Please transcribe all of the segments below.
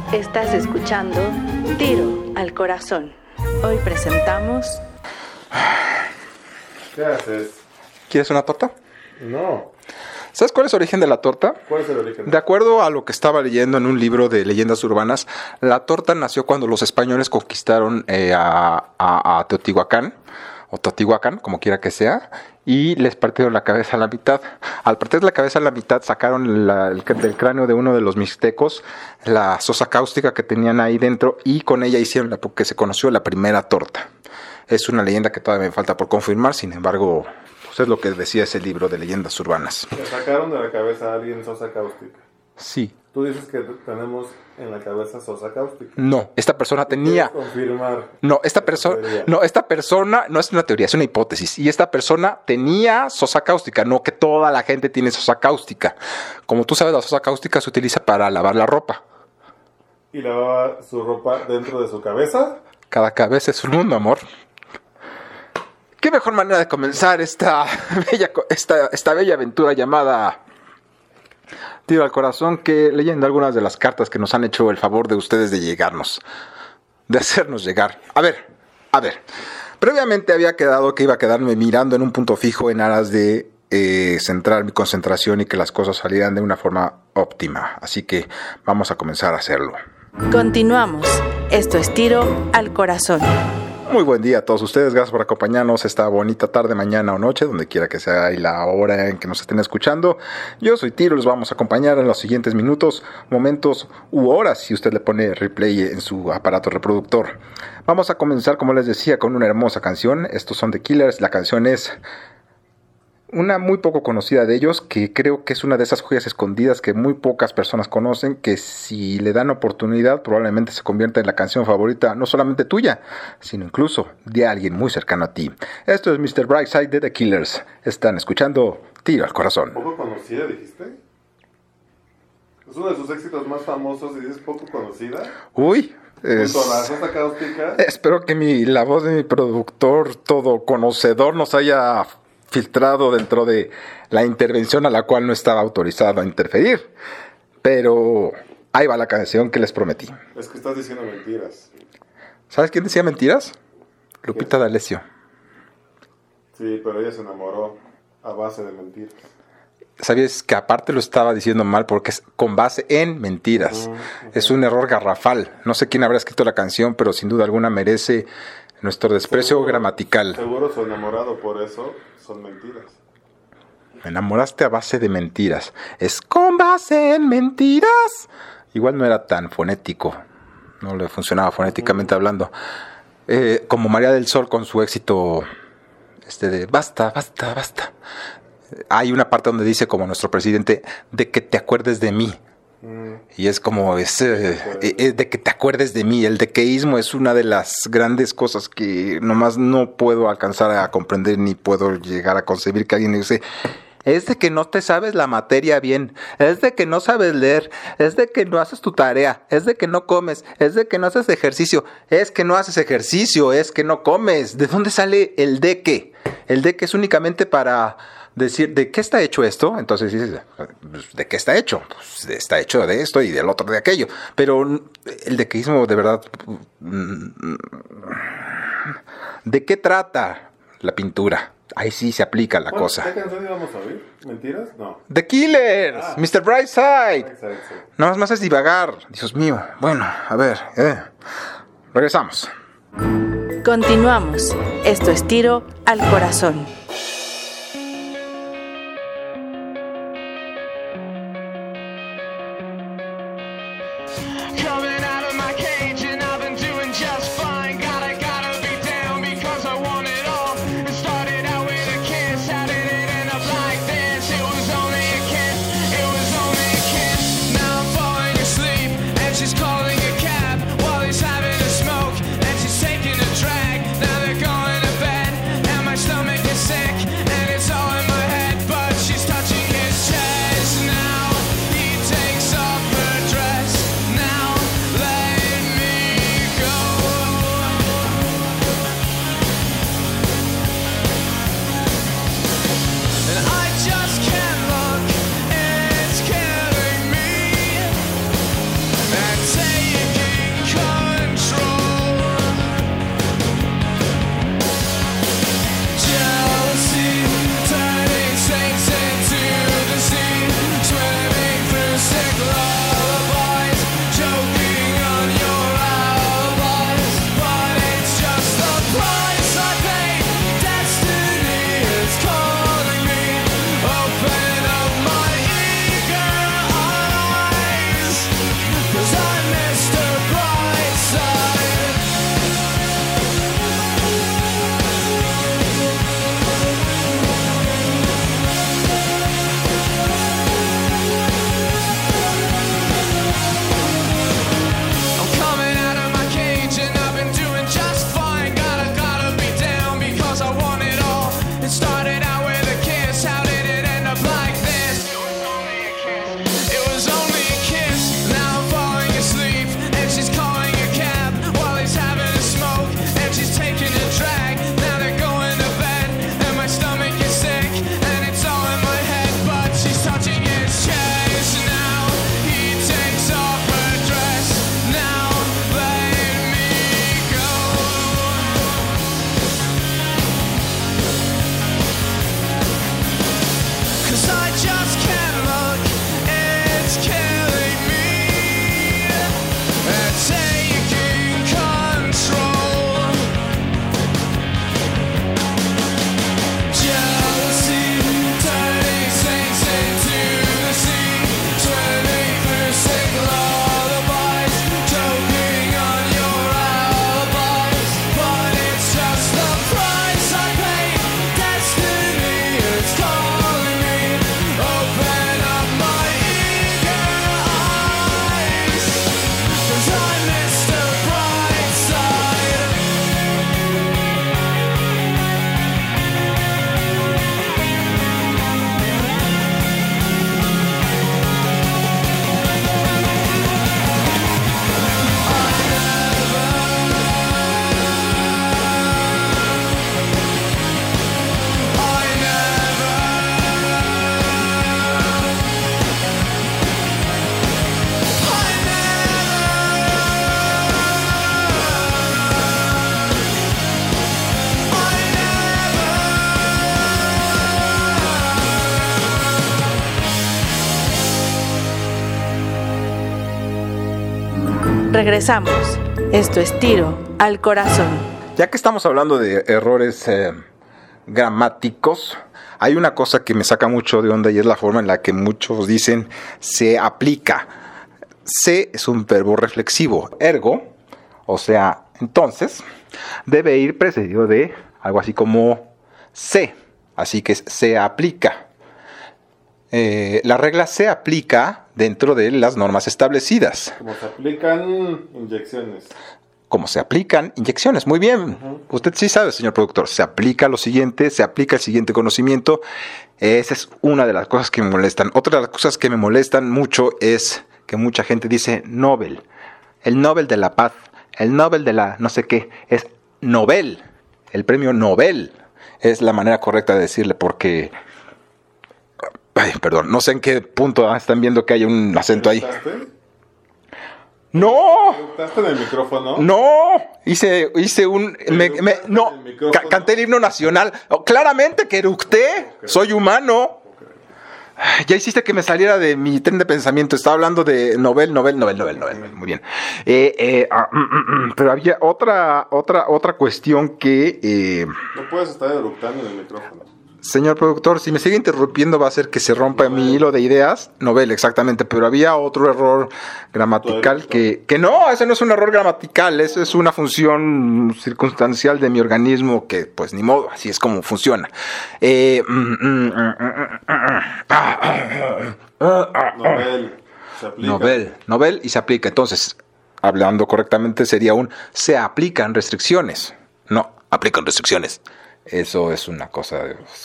Estás escuchando Tiro al Corazón. Hoy presentamos... ¿Qué haces? ¿Quieres una torta? No. ¿Sabes cuál es el origen de la torta? ¿Cuál es el origen? De acuerdo a lo que estaba leyendo en un libro de leyendas urbanas, la torta nació cuando los españoles conquistaron a Teotihuacán, o Teotihuacán, como quiera que sea, y les partieron la cabeza a la mitad. Al partir la cabeza a la mitad, sacaron del cráneo de uno de los mixtecos la sosa cáustica que tenían ahí dentro, y con ella hicieron lo que se conoció la primera torta. Es una leyenda que todavía me falta por confirmar, sin embargo, pues es lo que decía ese libro de leyendas urbanas. Le sacaron de la cabeza a alguien sosa cáustica. Sí. Tú dices que tenemos en la cabeza sosa cáustica. No, esta persona tenía... ¿Quieres confirmar? No, esta persona no es una teoría, es una hipótesis. Y esta persona tenía sosa cáustica, no que toda la gente tiene sosa cáustica. Como tú sabes, la sosa cáustica se utiliza para lavar la ropa. ¿Y lavaba su ropa dentro de su cabeza? Cada cabeza es un mundo, amor. ¿Qué mejor manera de comenzar esta bella aventura llamada Tiro al Corazón que leyendo algunas de las cartas que nos han hecho el favor de ustedes de hacernos llegar? A ver. Previamente había quedado que iba a quedarme mirando en un punto fijo en aras de centrar mi concentración y que las cosas salieran de una forma óptima. Así que vamos a comenzar a hacerlo. Continuamos. Esto es Tiro al Corazón. Muy buen día a todos ustedes, gracias por acompañarnos esta bonita tarde, mañana o noche, donde quiera que sea y la hora en que nos estén escuchando. Yo soy Tiro, les vamos a acompañar en los siguientes minutos, momentos u horas, si usted le pone replay en su aparato reproductor. Vamos a comenzar, como les decía, con una hermosa canción. Estos son The Killers, la canción es una muy poco conocida de ellos, que creo que es una de esas joyas escondidas que muy pocas personas conocen, que si le dan oportunidad probablemente se convierta en la canción favorita, no solamente tuya, sino incluso de alguien muy cercano a ti. Esto es Mr. Brightside de The Killers. Están escuchando Tiro al Corazón. ¿Poco conocida, dijiste? Es uno de sus éxitos más famosos y dices poco conocida. Uy, junto a la sosa cáustica. Espero que la voz de mi productor todo conocedor nos haya filtrado dentro de la intervención a la cual no estaba autorizado a interferir. Pero ahí va la canción que les prometí. Es que estás diciendo mentiras. ¿Sabes quién decía mentiras? Lupita D'Alessio. Sí, pero ella se enamoró a base de mentiras. ¿Sabías que aparte lo estaba diciendo mal porque es con base en mentiras? Es un error garrafal. No sé quién habrá escrito la canción, pero sin duda alguna merece nuestro desprecio gramatical. Seguro su enamorado, por eso son mentiras. Me enamoraste a base de mentiras. Es con base en mentiras. Igual no era tan fonético. No le funcionaba fonéticamente hablando. Como María del Sol con su éxito de basta. Hay una parte donde dice, como nuestro presidente, de que te acuerdes de mí. Y es como de que te acuerdes de mí. El dequeísmo es una de las grandes cosas que nomás no puedo alcanzar a comprender ni puedo llegar a concebir que alguien dice: es de que no te sabes la materia bien, es de que no sabes leer, es de que no haces tu tarea, es de que no comes, es de que no haces ejercicio, es que no haces ejercicio, es que no comes. ¿De dónde sale el de que? El de que es únicamente para decir, ¿de qué está hecho esto? Entonces dices, ¿de qué está hecho? Pues está hecho de esto y del otro de aquello. Pero el dequeísmo, de verdad, ¿de qué trata la pintura? Ahí sí se aplica la cosa. ¿Qué canción íbamos a oír? ¿Mentiras? No. The Killers, Mr. Brightside. Sí. Nada más es divagar. Dios mío. Bueno, a ver. Regresamos. Continuamos. Esto es Tiro al Corazón. Now Regresamos. Esto es Tiro al Corazón. Ya que estamos hablando de errores gramáticos, hay una cosa que me saca mucho de onda y es la forma en la que muchos dicen se aplica. Se es un verbo reflexivo. Ergo, o sea, entonces, debe ir precedido de algo así como se. Así que se aplica. La regla se aplica dentro de las normas establecidas. Como se aplican inyecciones. Como se aplican inyecciones. Muy bien. Usted sí sabe, señor productor. Se aplica lo siguiente, se aplica el siguiente conocimiento. Esa es una de las cosas que me molestan. Otra de las cosas que me molestan mucho es que mucha gente dice Nobel. El Nobel de la Paz, el Nobel de la no sé qué, es Nobel. El premio Nobel es la manera correcta de decirle porque... Ay, perdón, no sé en qué punto están viendo que hay un acento ahí. ¡No! ¿Estás en el micrófono? No, hice un... no, canté el himno nacional. Oh, claramente que eructé, okay. Soy humano. Okay. Ya hiciste que me saliera de mi tren de pensamiento. Estaba hablando de Nobel. Muy bien. Pero había otra cuestión que... No puedes estar eructando en el micrófono. Señor productor, si me sigue interrumpiendo va a hacer que se rompa mi hilo de ideas. Nobel, exactamente, pero había otro error gramatical que no, ese no es un error gramatical, eso es una función circunstancial de mi organismo que pues ni modo, así es como funciona. Nobel y se aplica. Entonces, hablando correctamente sería se aplican restricciones. No, aplican restricciones. Eso es una cosa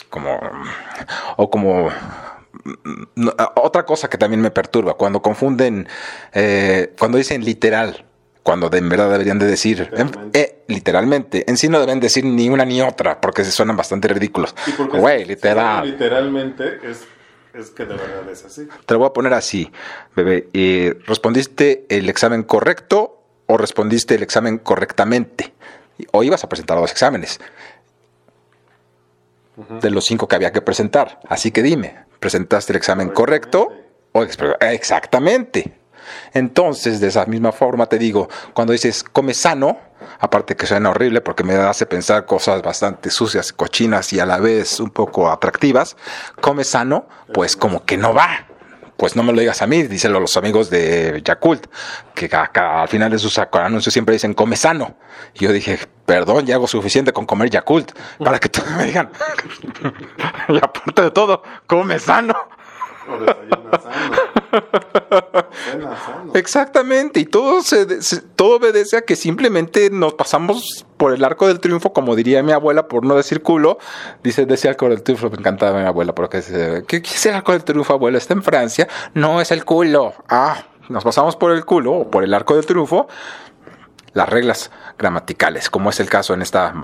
otra cosa que también me perturba cuando confunden, cuando dicen literal, cuando en verdad deberían de decir literalmente. En sí no deben decir ni una ni otra porque se suenan bastante ridículos. Güey, literal. Literalmente es que de verdad es así. Te lo voy a poner así, bebé. ¿Respondiste el examen correcto o respondiste el examen correctamente? O ibas a presentar 2 exámenes. De los 5 que había que presentar. Así que dime, ¿presentaste el examen correcto? Exactamente. Entonces, de esa misma forma te digo, cuando dices come sano, aparte que suena horrible porque me hace pensar cosas bastante sucias, cochinas y a la vez un poco atractivas, come sano, pues como que no va. Pues no me lo digas a mí, díselo a los amigos de Yakult, que al final de sus anuncios siempre dicen come sano. Y yo dije, perdón, ya hago suficiente con comer Yakult para que todos me digan, y aparte de todo, come sano. O desayuna sano. Cena sano. Exactamente, y todo obedece a que simplemente nos pasamos por el arco del triunfo, como diría mi abuela, por no decir culo. Decía arco del triunfo, me encantaba mi abuela, porque ¿qué es el arco del triunfo, abuela? Está en Francia, no es el culo. Nos pasamos por el culo o por el arco del triunfo las reglas gramaticales, como es el caso en esta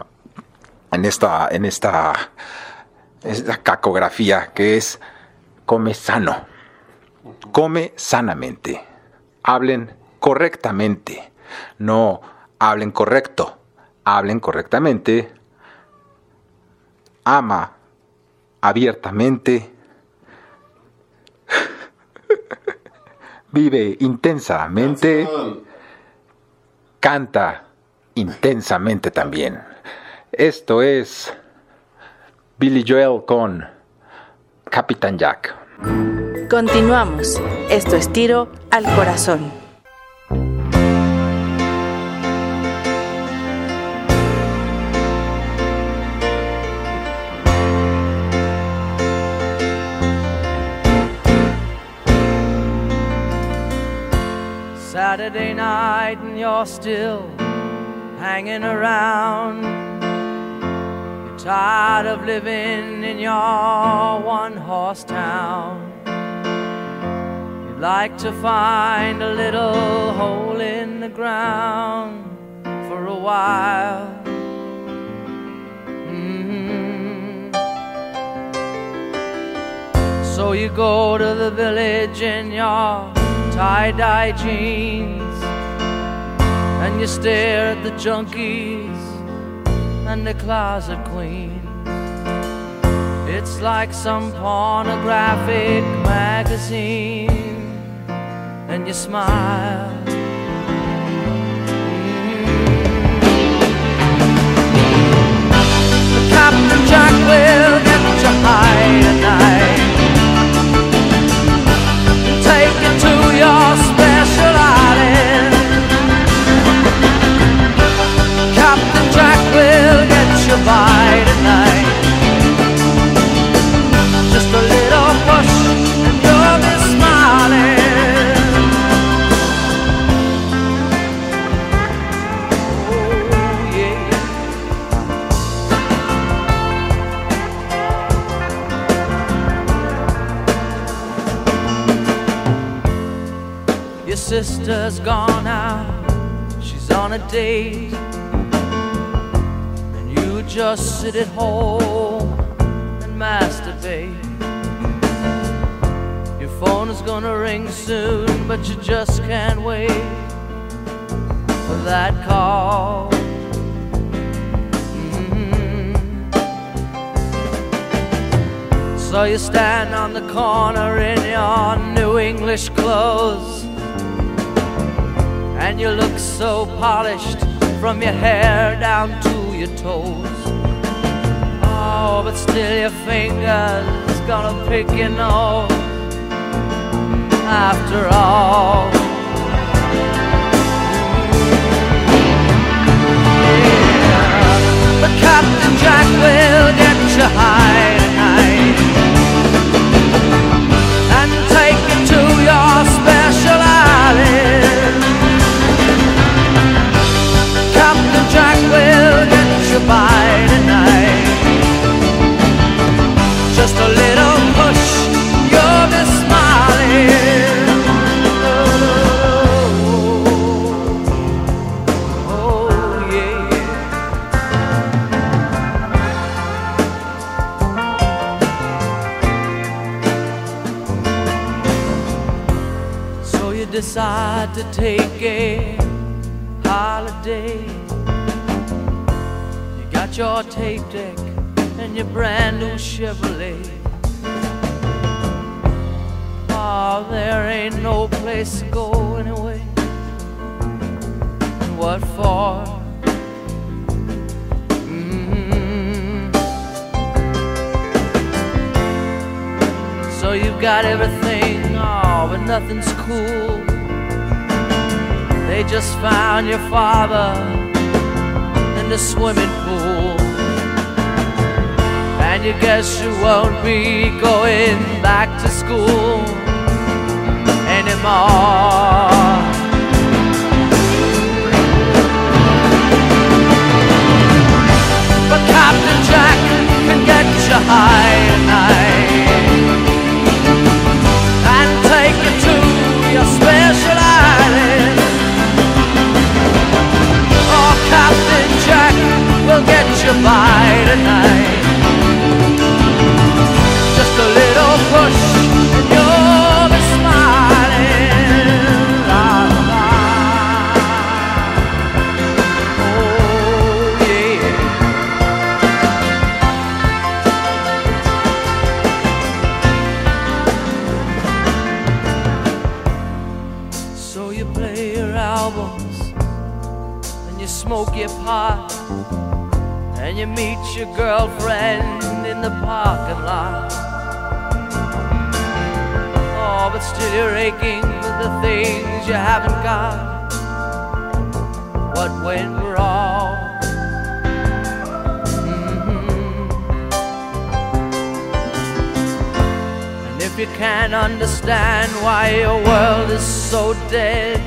cacografía que es come sano, come sanamente, hablen correctamente, no hablen correcto, hablen correctamente, ama abiertamente, vive intensamente, canta intensamente también. Esto es Billy Joel con Capitán Jack. Continuamos. Esto es Tiro al Corazón. Saturday night and you're still hanging around. You're tired of living in your one-horse town. You'd like to find a little hole in the ground for a while. So you go to the village in your tie-dye jeans, and you stare at the junkies and the closet queens. It's like some pornographic magazine, and you smile sister's gone out, she's on a date, and you just sit at home and masturbate. Your phone is gonna ring soon, but you just can't wait for that call. So you stand on the corner in your new English clothes, and you look so polished from your hair down to your toes. Oh, but still your fingers gonna pick your nose after all. Yeah. But Captain Jack will get you high tonight and take you to your special island. Captain Jack will get you by tonight. Just a little push, you'll be smiling. Oh, yeah. So you decide to take a holiday. You got your tape deck and your brand new Chevrolet. Oh, there ain't no place to go anyway. And what for? So you've got everything, oh, but nothing's cool. They just found your father in the swimming pool, and you guess you won't be going back to school anymore. But Captain Jack can get you high tonight and take you to your special island. Oh, Captain Jack will get you by tonight. Just a little push and you'll be smiling. La, la. Oh, yeah. So you play your albums and you smoke your pot, and you meet your girlfriend in the parking lot. Oh, but still you're aching with the things you haven't got. What went wrong? And if you can't understand why your world is so dead,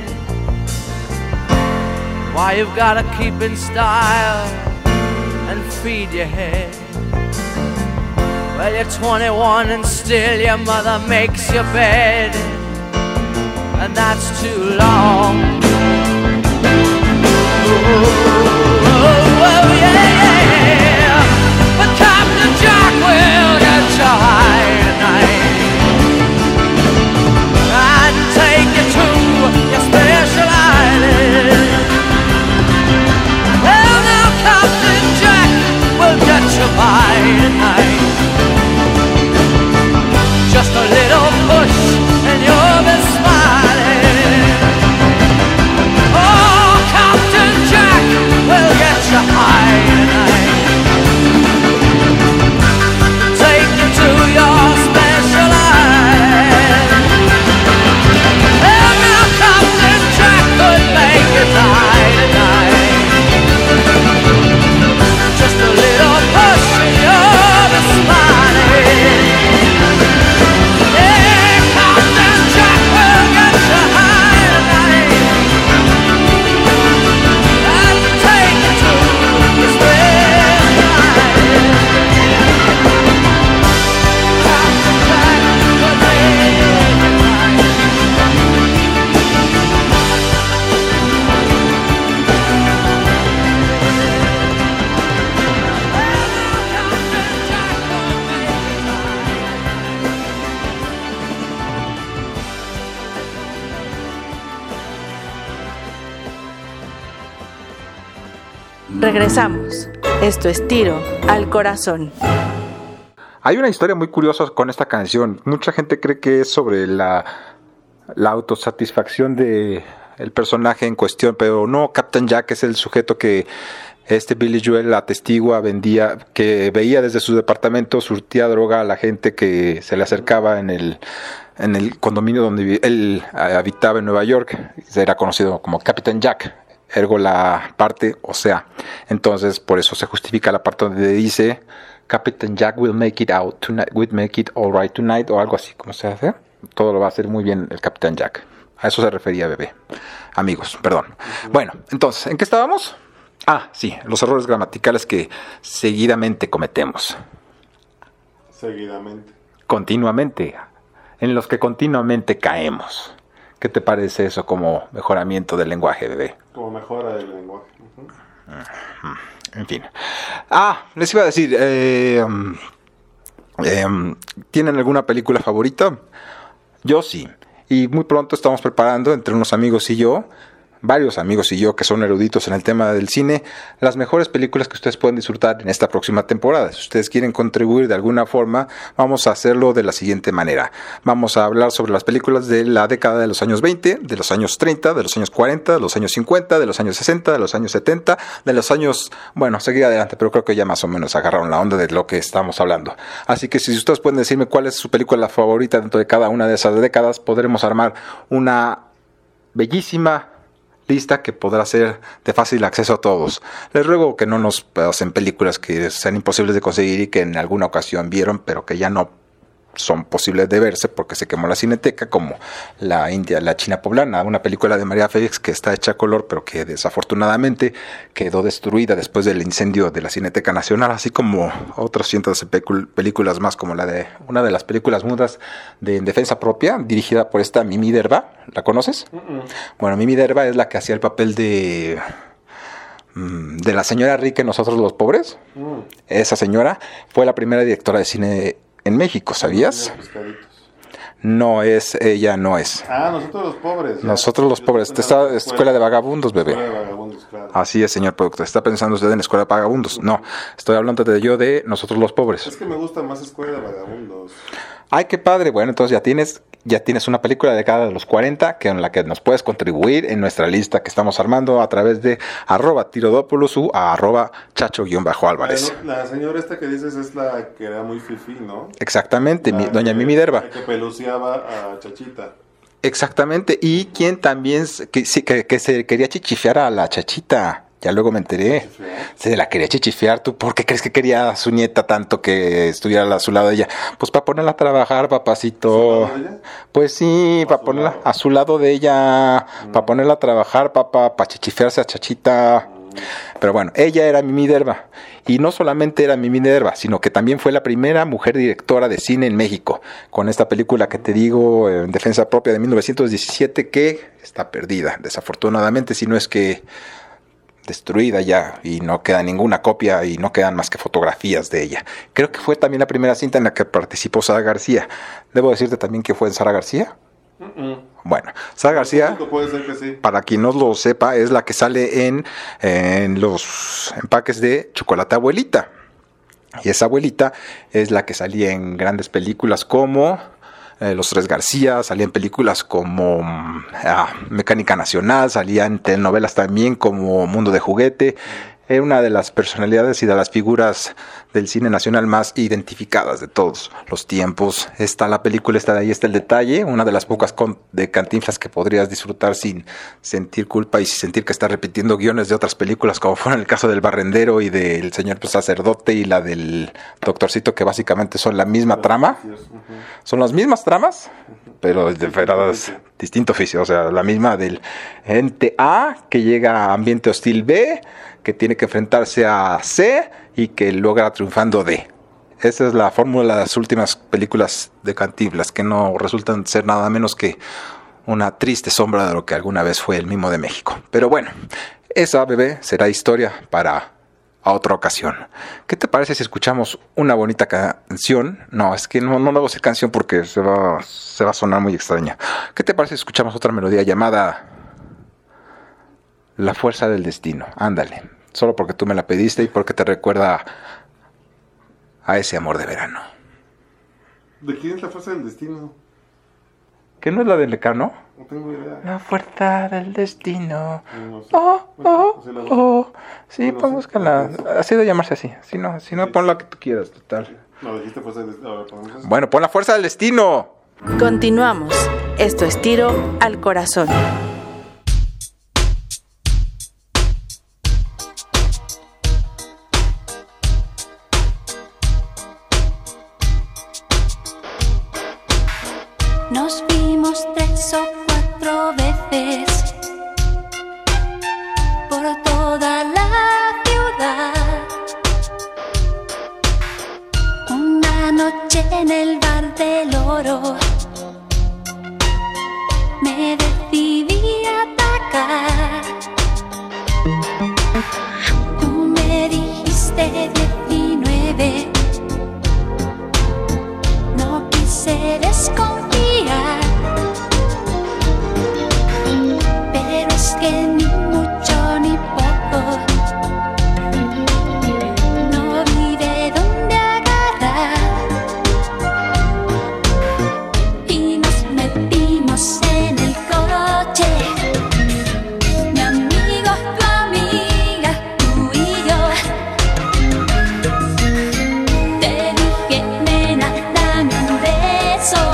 why you've gotta keep in style and feed your head. Well, you're 21 and still your mother makes your bed, and that's too long. Oh, yeah. But Captain Jack will get you high tonight and take you to your special island. Well, now Captain Jack will get you by tonight. Just a little push and you'll be smiling. Regresamos. Esto es Tiro al Corazón. Hay una historia muy curiosa con esta canción. Mucha gente cree que es sobre la autosatisfacción de el personaje en cuestión, pero no. Captain Jack es el sujeto que Billy Joel atestigua, que veía desde su departamento, surtía droga a la gente que se le acercaba en el condominio donde él habitaba en Nueva York. Era conocido como Captain Jack, ergo la parte, o sea. Entonces, por eso se justifica la parte donde dice Captain Jack will make it out tonight, will make it all right tonight, o algo así, como se hace. Todo lo va a hacer muy bien el Captain Jack. A eso se refería, bebé. Amigos, perdón. Bueno, entonces, ¿en qué estábamos? Ah, sí, los errores gramaticales que seguidamente cometemos. Seguidamente. Continuamente. En los que continuamente caemos. ¿Qué te parece eso como mejoramiento del lenguaje, bebé? Como mejora del lenguaje. En fin. Les iba a decir, ¿tienen alguna película favorita? Yo sí. Y muy pronto estamos preparando entre unos amigos y yo, varios amigos y yo que son eruditos en el tema del cine, las mejores películas que ustedes pueden disfrutar en esta próxima temporada. Si ustedes quieren contribuir de alguna forma, vamos a hacerlo de la siguiente manera. Vamos a hablar sobre las películas de la década de los años 20, de los años 30, de los años 40, de los años 50, de los años 60, de los años 70, de los años... Bueno, seguir adelante, pero creo que ya más o menos agarraron la onda de lo que estamos hablando. Así que si ustedes pueden decirme cuál es su película favorita dentro de cada una de esas décadas, podremos armar una bellísima lista que podrá ser de fácil acceso a todos. Les ruego que no nos pasen películas que sean imposibles de conseguir y que en alguna ocasión vieron, pero que ya no son posibles de verse porque se quemó la cineteca, como la China Poblana, una película de María Félix que está hecha a color, pero que desafortunadamente quedó destruida después del incendio de la Cineteca Nacional, así como otras cientos de películas más, como la de una de las películas mudas de En Defensa Propia, dirigida por esta Mimi Derba. ¿La conoces? Bueno, Mimi Derba es la que hacía el papel de la señora rica en Nosotros los Pobres. Esa señora fue la primera directora de cine en México, ¿sabías? No es, ella no es. Nosotros los pobres. Ya. Nosotros los pobres. Esta escuela de vagabundos, bebé. Escuela de vagabundos, claro. Así es, señor productor. ¿Está pensando usted en escuela de vagabundos? No, estoy hablando de Nosotros los pobres. Es que me gusta más escuela de vagabundos. Ay, qué padre. Bueno, entonces ya tienes una película de cada de los 40 en la que nos puedes contribuir en nuestra lista que estamos armando a través de @tirodópolis o @chacho_álvarez. Bueno, la señora esta que dices es la que era muy fifí, ¿no? Exactamente, doña Mimi Derba. La que peluceaba a Chachita. Exactamente, y quien también que se quería chichifear a la Chachita. Ya luego me enteré. Se la quería chichifear. ¿Tú por qué crees que quería a su nieta tanto que estuviera a su lado de ella? Pues para ponerla a trabajar, papacito. ¿A su lado de ella? Pues sí, para ponerla a su lado de ella. Para ponerla a trabajar, para chichifearse a Chachita. Pero bueno, ella era Mimi Derba. Y no solamente era Mimi Derba, sino que también fue la primera mujer directora de cine en México. Con esta película que te digo, En Defensa Propia de 1917, que está perdida, desafortunadamente, si no es que destruida ya, y no queda ninguna copia y no quedan más que fotografías de ella. Creo que fue también la primera cinta en la que participó Sara García. ¿Debo decirte también que fue en Sara García? Bueno, Sara García, puede ser que sí. Para quien no lo sepa, es la que sale en los empaques de Chocolate Abuelita. Y esa abuelita es la que salía en grandes películas como Los Tres García, salía en películas como Mecánica Nacional, salía en telenovelas también como Mundo de Juguete. Era una de las personalidades y de las figuras del cine nacional más identificadas de todos los tiempos. Está la película, está de ahí, está el detalle, una de las pocas de Cantinflas que podrías disfrutar sin sentir culpa y sin sentir que estás repitiendo guiones de otras películas, como fueron el caso del Barrendero y del señor sacerdote y la del doctorcito, que básicamente son la misma trama. Son las mismas tramas, pero de distinto oficio. O sea, la misma del ente A que llega a ambiente hostil B, que tiene que enfrentarse a C y que logra triunfando D. Esa es la fórmula de las últimas películas de Cantinflas, que no resultan ser nada menos que una triste sombra de lo que alguna vez fue el Mimo de México. Pero bueno, esa, bebé, será historia para otra ocasión. ¿Qué te parece si escuchamos una bonita canción? No, es que no le voy a hacer canción porque se va a sonar muy extraña. ¿Qué te parece si escuchamos otra melodía llamada La Fuerza del Destino? Ándale. Solo porque tú me la pediste y porque te recuerda a ese amor de verano. ¿De quién es la fuerza del destino? ¿Qué no es la del Lecano? No tengo idea. La fuerza del destino. No sé. Oh. Sí, No pues sé. búscala. Así de llamarse así. Si no, pon la que tú quieras, total. No, dijiste fuerza del destino. Ahora ponemos eso. Bueno, pon la fuerza del destino. Continuamos. Esto es Tiro al Corazón. Nos vimos 3 o 4 veces por toda la ciudad. Una noche en el bar del Oro me decidí a atacar. Tú me dijiste 19, no quise desconfiar. Pero es que ni mucho ni poco, no vi de dónde agarrar. Y nos metimos en el coche, mi amigo, tu amiga, tú y yo. Te dije, nena, dame un beso.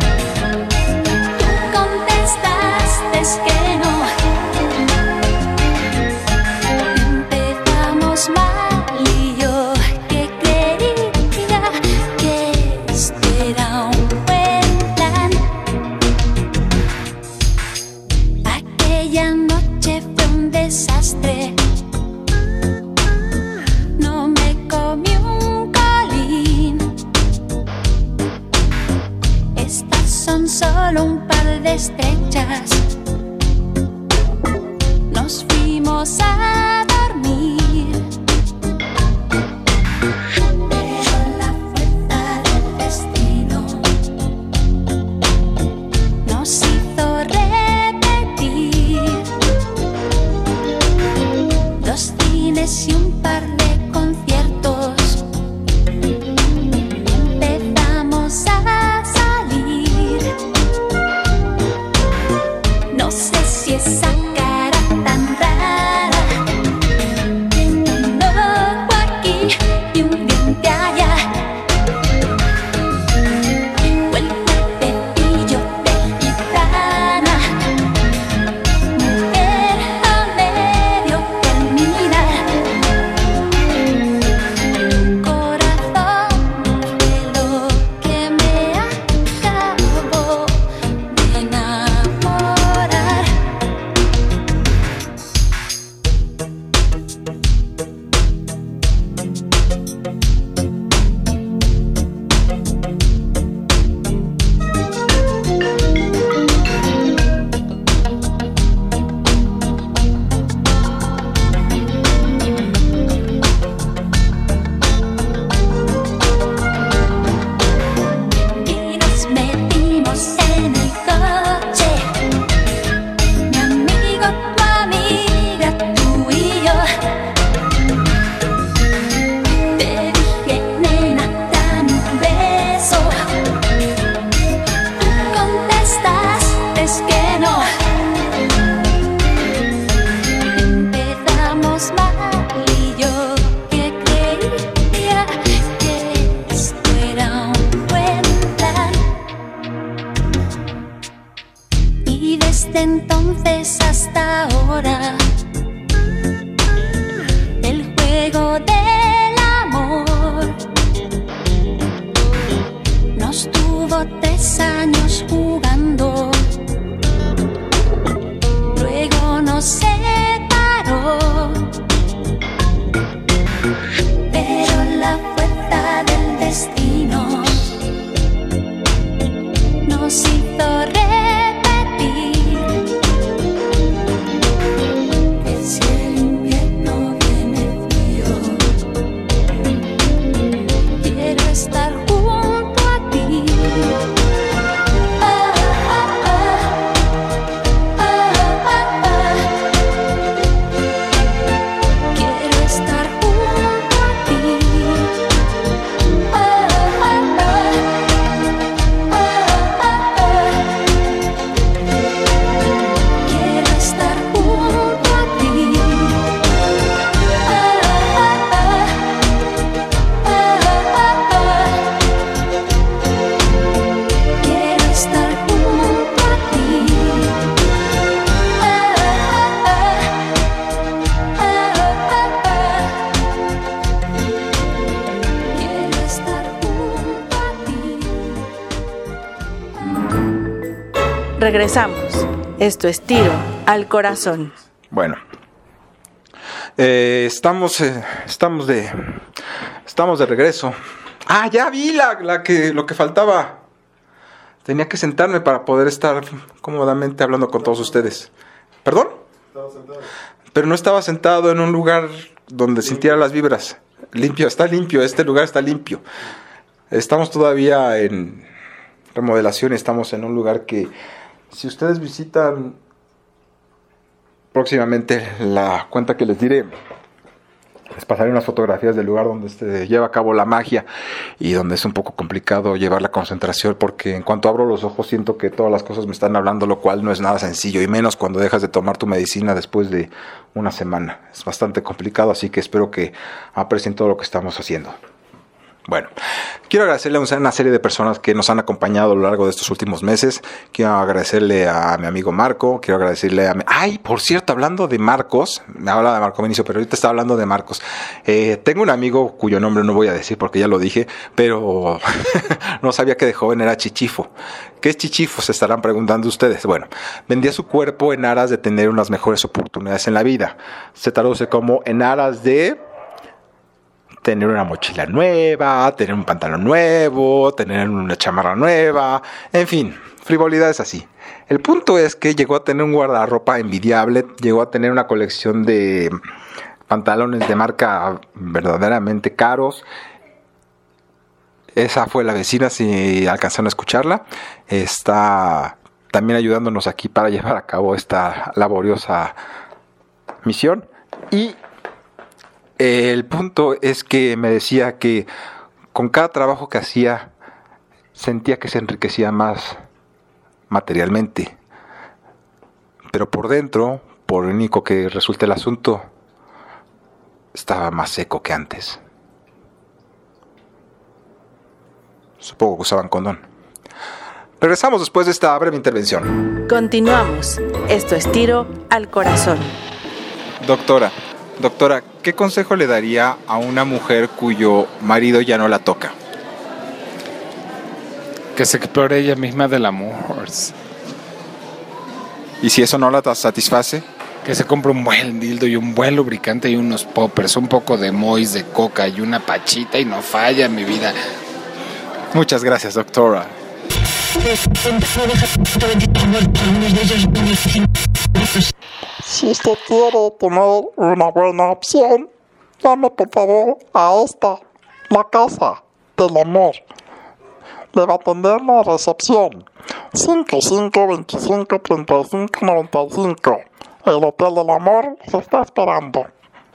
Tú contestaste que no. Empezamos mal y yo que creía que este era un buen plan. Aquella noche fue un desastre. No me comí un colín. Estas son solo un par de estrechas. Nos fuimos a dormir. Pero la fuerza del destino nos hizo repetir 2 cines y un par de conciertos. Empezamos a salir. No sé si esa cara tan rara, un ojo aquí y un diente allá, o el cuerpecillo de gitana, mujer a medio terminar. Regresamos. Esto es Tiro al Corazón. Bueno, estamos de regreso. Ah, ya vi lo que faltaba. Tenía que sentarme para poder estar cómodamente hablando con todos ustedes. ¿Perdón? Estaba sentado. Pero no estaba sentado en un lugar donde sintiera las vibras. Limpio, está limpio, este lugar está limpio. Estamos todavía en remodelación, estamos en un lugar que, si ustedes visitan próximamente la cuenta que les diré, les pasaré unas fotografías del lugar donde se lleva a cabo la magia y donde es un poco complicado llevar la concentración, porque en cuanto abro los ojos siento que todas las cosas me están hablando, lo cual no es nada sencillo, y menos cuando dejas de tomar tu medicina después de una semana. Es bastante complicado, así que espero que aprecien todo lo que estamos haciendo. Bueno, quiero agradecerle a una serie de personas que nos han acompañado a lo largo de estos últimos meses. Quiero agradecerle a mi amigo Marco, quiero agradecerle a... Ay, por cierto, hablando de Marcos, me hablaba de Marco Vinicio, pero ahorita está hablando de Marcos. Tengo un amigo cuyo nombre no voy a decir porque ya lo dije, pero no sabía que de joven era chichifo. ¿Qué es chichifo? Se estarán preguntando ustedes. Bueno, vendía su cuerpo en aras de tener unas mejores oportunidades en la vida. Se traduce como en aras de tener una mochila nueva, tener un pantalón nuevo, tener una chamarra nueva, en fin, frivolidades así. El punto es que llegó a tener un guardarropa envidiable, llegó a tener una colección de pantalones de marca verdaderamente caros. Esa fue la vecina, si alcanzaron a escucharla. Está también ayudándonos aquí para llevar a cabo esta laboriosa misión. Y el punto es que me decía que con cada trabajo que hacía sentía que se enriquecía más materialmente, pero por dentro, por único que resulte el asunto, estaba más seco que antes. Supongo que usaban condón. Regresamos después de esta breve intervención. Continuamos. Esto es Tiro al Corazón. Doctora, ¿qué consejo le daría a una mujer cuyo marido ya no la toca? Que se explore ella misma del amor. ¿Y si eso no la satisface? Que se compre un buen dildo y un buen lubricante y unos poppers, un poco de mois de coca y una pachita y no falla, mi vida. Muchas gracias, doctora. Si usted quiere tener una buena opción, llame por favor a esta, la Casa del Amor. Le va a atender la recepción 55253595. El Hotel del Amor se está esperando.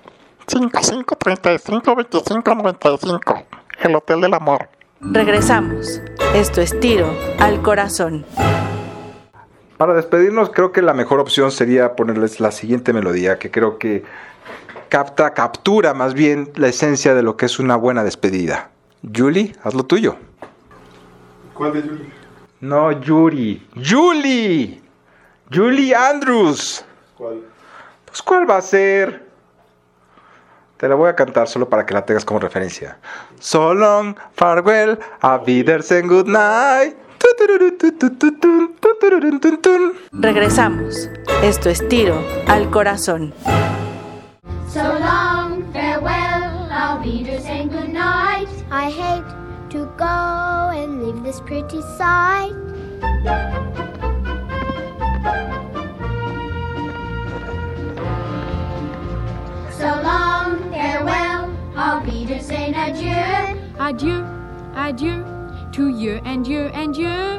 55352595. El Hotel del Amor. Regresamos. Esto es Tiro al Corazón. Para despedirnos, creo que la mejor opción sería ponerles la siguiente melodía, que creo que captura más bien la esencia de lo que es una buena despedida. Julie, haz lo tuyo. ¿Cuál de Julie? No, Yuri. ¡Julie! ¡Julie Andrews! ¿Cuál? Pues, ¿cuál va a ser? Te la voy a cantar solo para que la tengas como referencia. So long, farewell, auf Wiedersehen, good night. Regresamos. Esto es Tiro al Corazón. So long, farewell, I'll be there saying good night. I hate to go and leave this pretty sight. So long, farewell, I'll be there saying adieu. Adieu, adieu, to you and you and you.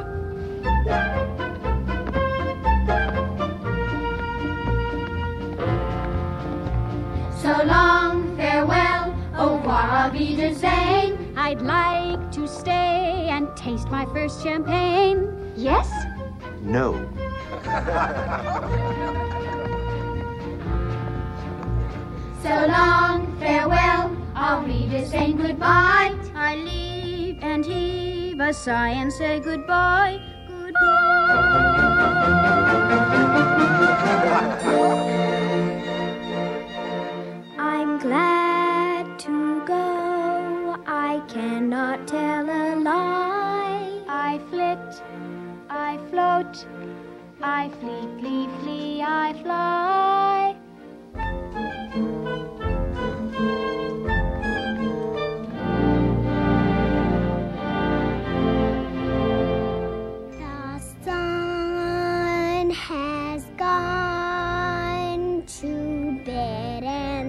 So long, farewell, au revoir, auf Wiedersehen. I'd like to stay and taste my first champagne. Yes? No. So long, farewell, auf Wiedersehen, goodbye. I leave and heave a sigh and say goodbye, I'm glad to go, I cannot tell a lie. I flit, I float,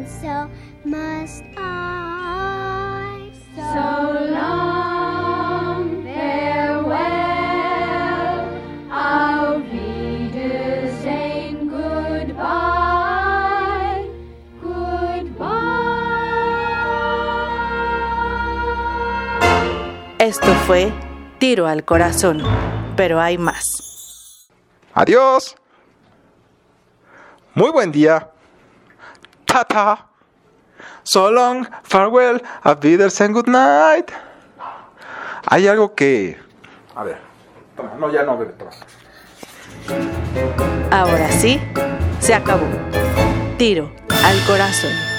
and so must I. So long, farewell, auf Wiedersehen, goodbye, goodbye. Esto fue Tiro al Corazón, pero hay más. Adiós. Muy buen día. Tata. So long, farewell, auf Wiedersehen, good night. Hay algo que... A ver, toma, no, ya no, bebé, toma. Ahora sí, se acabó. Tiro al Corazón.